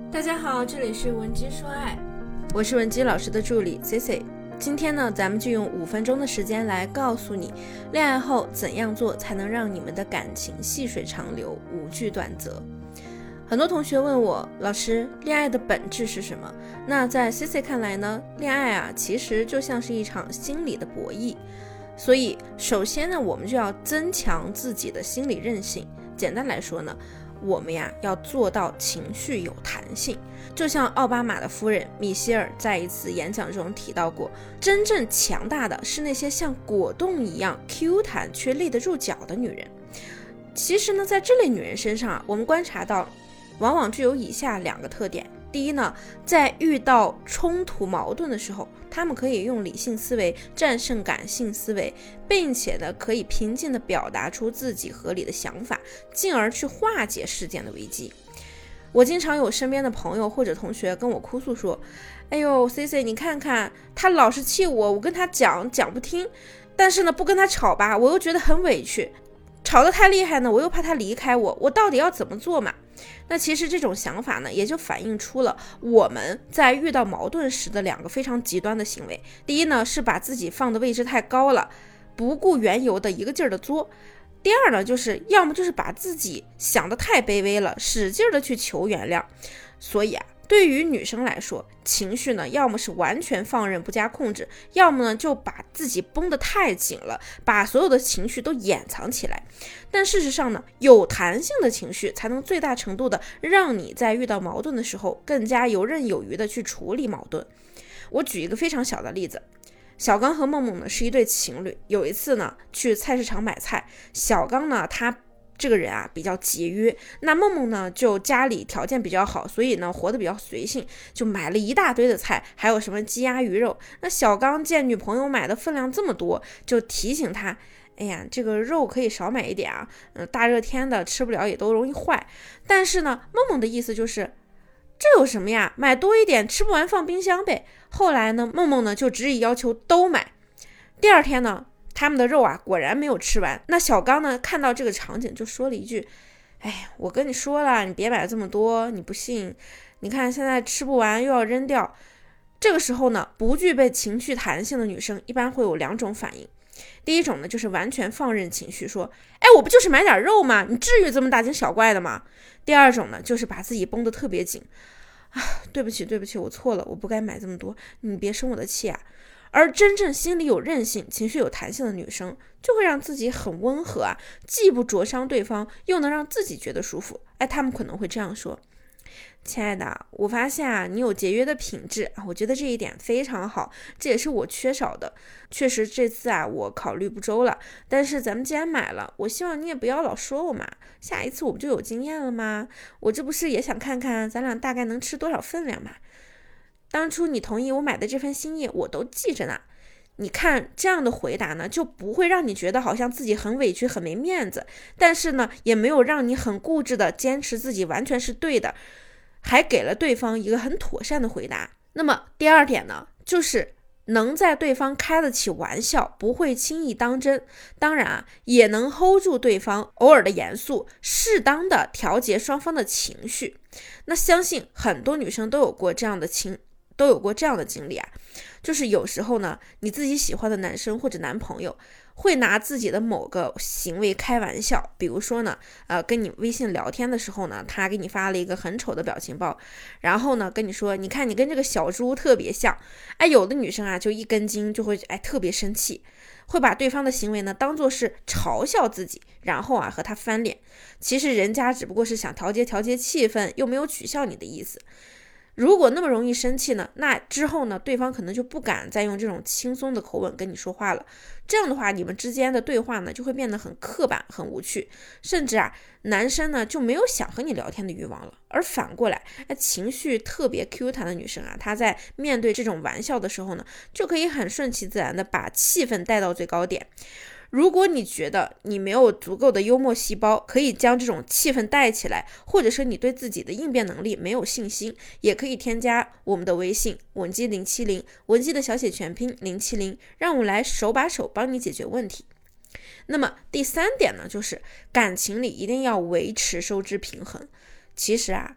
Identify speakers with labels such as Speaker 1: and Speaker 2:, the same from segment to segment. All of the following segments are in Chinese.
Speaker 1: 大家好，这里是文姬说爱，
Speaker 2: 我是文姬老师的助理 Cici。 今天呢，咱们就用5分钟的时间来告诉你，恋爱后怎样做才能让你们的感情细水长流，无惧短则。很多同学问我，老师，恋爱的本质是什么？那在 Cici 看来呢，恋爱其实就像是一场心理的博弈。所以首先呢，我们就要增强自己的心理韧性。简单来说呢，我们要做到情绪有弹性。就像奥巴马的夫人米歇尔在一次演讲中提到过，真正强大的是那些像果冻一样 Q 弹却立得住脚的女人。其实呢，在这类女人身上我们观察到往往具有以下2个特点。第一呢，在遇到冲突矛盾的时候，他们可以用理性思维战胜感性思维，并且呢，可以平静地表达出自己合理的想法，进而去化解事件的危机。我经常有身边的朋友或者同学跟我哭诉说，哎呦 Cici 你看看他老是气我，我跟他讲不听，但是呢不跟他吵吧，我又觉得很委屈，吵得太厉害呢，我又怕他离开我，我到底要怎么做嘛？那其实这种想法呢，也就反映出了我们在遇到矛盾时的2个非常极端的行为。第一呢，是把自己放的位置太高了，不顾缘由的一个劲儿的作；第二呢，要么就是把自己想的太卑微了，使劲的去求原谅。所以对于女生来说，情绪呢，要么是完全放任不加控制，要么呢就把自己绷得太紧了，把所有的情绪都掩藏起来。但事实上呢，有弹性的情绪才能最大程度的让你在遇到矛盾的时候更加游刃有余的去处理矛盾。我举一个非常小的例子，小刚和梦梦呢是一对情侣。有一次呢去菜市场买菜，小刚呢他这个人比较节约，那梦梦呢就家里条件比较好，所以呢活得比较随性，就买了一大堆的菜，还有什么鸡鸭鱼肉。那小刚见女朋友买的分量这么多，就提醒他，哎呀，这个肉可以少买一点大热天的吃不了也都容易坏。但是呢梦梦的意思就是这有什么呀，买多一点，吃不完放冰箱呗。后来呢梦梦呢就执意要求都买。第二天呢他们的肉果然没有吃完。那小刚呢看到这个场景就说了一句，哎，我跟你说了，你别买这么多，你不信，你看现在吃不完又要扔掉。这个时候呢，不具备情绪弹性的女生一般会有2种反应。第一种呢，就是完全放任情绪，说，哎，我不就是买点肉吗？你至于这么大惊小怪的吗？第二种呢，就是把自己绷得特别紧，对不起，我错了，我不该买这么多，你别生我的气而真正心里有韧性、情绪有弹性的女生，就会让自己很温和既不灼伤对方，又能让自己觉得舒服。他们可能会这样说，亲爱的，我发现你有节约的品质，我觉得这一点非常好，这也是我缺少的。确实这次我考虑不周了，但是咱们既然买了，我希望你也不要老说我嘛，下一次我不就有经验了吗？我这不是也想看看咱俩大概能吃多少分量嘛？当初你同意我买的这份心意我都记着呢。你看这样的回答呢，就不会让你觉得好像自己很委屈很没面子，但是呢也没有让你很固执的坚持自己完全是对的，还给了对方一个很妥善的回答。那么第二点呢，就是能在对方开得起玩笑，不会轻易当真，当然也能 hold 住对方偶尔的严肃，适当的调节双方的情绪。那相信很多女生都有过这样的经历就是有时候呢，你自己喜欢的男生或者男朋友会拿自己的某个行为开玩笑。比如说呢跟你微信聊天的时候呢，他给你发了一个很丑的表情包，然后呢跟你说，你看你跟这个小猪特别像。有的女生就一根筋，就会特别生气，会把对方的行为呢当作是嘲笑自己，然后和他翻脸。其实人家只不过是想调节气氛，又没有取笑你的意思。如果那么容易生气呢，那之后呢，对方可能就不敢再用这种轻松的口吻跟你说话了。这样的话，你们之间的对话呢，就会变得很刻板、很无趣，甚至男生呢就没有想和你聊天的欲望了。而反过来，情绪特别 Q 弹的女生她在面对这种玩笑的时候呢，就可以很顺其自然的把气氛带到最高点。如果你觉得你没有足够的幽默细胞，可以将这种气氛带起来，或者是你对自己的应变能力没有信心，也可以添加我们的微信文姬070，文姬的小写全拼070，让我来手把手帮你解决问题。那么第3点呢，就是感情里一定要维持收支平衡。其实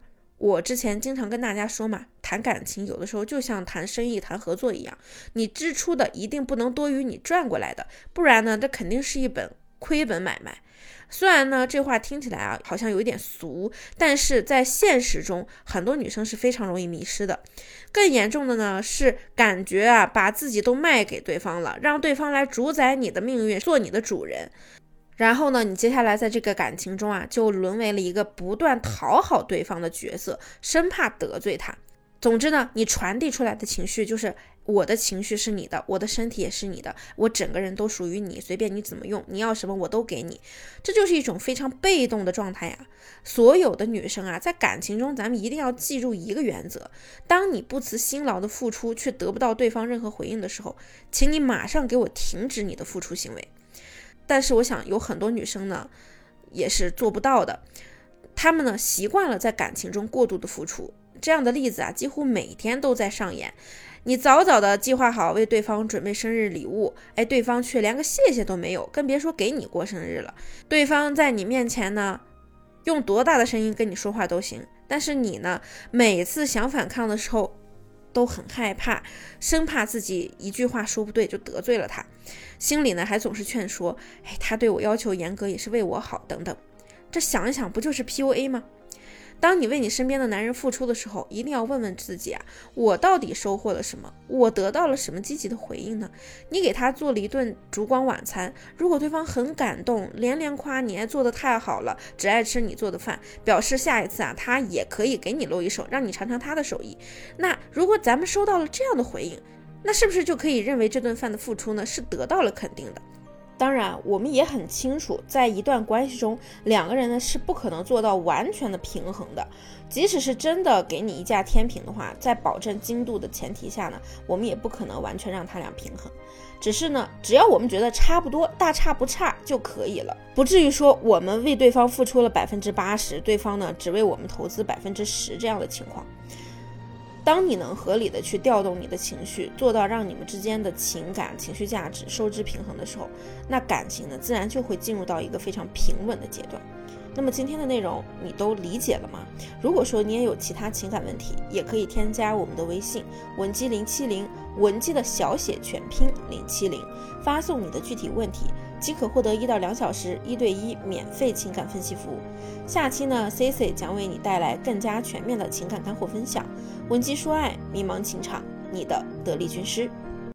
Speaker 2: 我之前经常跟大家说嘛，谈感情有的时候就像谈生意、谈合作一样，你支出的一定不能多于你赚过来的，不然呢，这肯定是一本亏本买卖。虽然呢，这话听起来啊好像有一点俗，但是在现实中，很多女生是非常容易迷失的。更严重的呢，是感觉啊把自己都卖给对方了，让对方来主宰你的命运，做你的主人。然后呢，你接下来在这个感情中啊，就沦为了一个不断讨好对方的角色，生怕得罪他。总之呢，你传递出来的情绪就是我的情绪是你的，我的身体也是你的，我整个人都属于你，随便你怎么用，你要什么我都给你。这就是一种非常被动的状态呀。所有的女生啊，在感情中咱们一定要记住一个原则，当你不辞辛劳的付出却得不到对方任何回应的时候，请你马上给我停止你的付出行为。但是我想有很多女生呢也是做不到的，她们呢习惯了在感情中过度的付出，这样的例子啊几乎每天都在上演。你早早的计划好为对方准备生日礼物，对方却连个谢谢都没有，更别说给你过生日了。对方在你面前呢用多大的声音跟你说话都行，但是你呢每次想反抗的时候都很害怕，生怕自己一句话说不对就得罪了他，心里呢还总是劝说，他对我要求严格也是为我好等等。这想一想不就是 PUA 吗？当你为你身边的男人付出的时候，一定要问问自己啊，我到底收获了什么？我得到了什么积极的回应呢？你给他做了一顿烛光晚餐，如果对方很感动，连连夸你做得太好了，只爱吃你做的饭，表示下一次啊，他也可以给你露一手，让你尝尝他的手艺。那如果咱们收到了这样的回应，那是不是就可以认为这顿饭的付出呢是得到了肯定的？当然我们也很清楚，在一段关系中，两个人呢是不可能做到完全的平衡的。即使是真的给你一架天平的话，在保证精度的前提下呢，我们也不可能完全让他俩平衡。只是呢，只要我们觉得差不多，大差不差就可以了，不至于说我们为对方付出了80%，对方呢只为我们投资10%这样的情况。当你能合理的去调动你的情绪，做到让你们之间的情感、情绪价值收支平衡的时候，那感情呢自然就会进入到一个非常平稳的阶段。那么今天的内容你都理解了吗？如果说你也有其他情感问题，也可以添加我们的微信文姬070，文姬的小写全拼070，发送你的具体问题，即可获得1到2小时1对1免费情感分析服务。下期呢 Cici 将为你带来更加全面的情感干货分享，文姬说爱，迷茫情场，你的得力军师。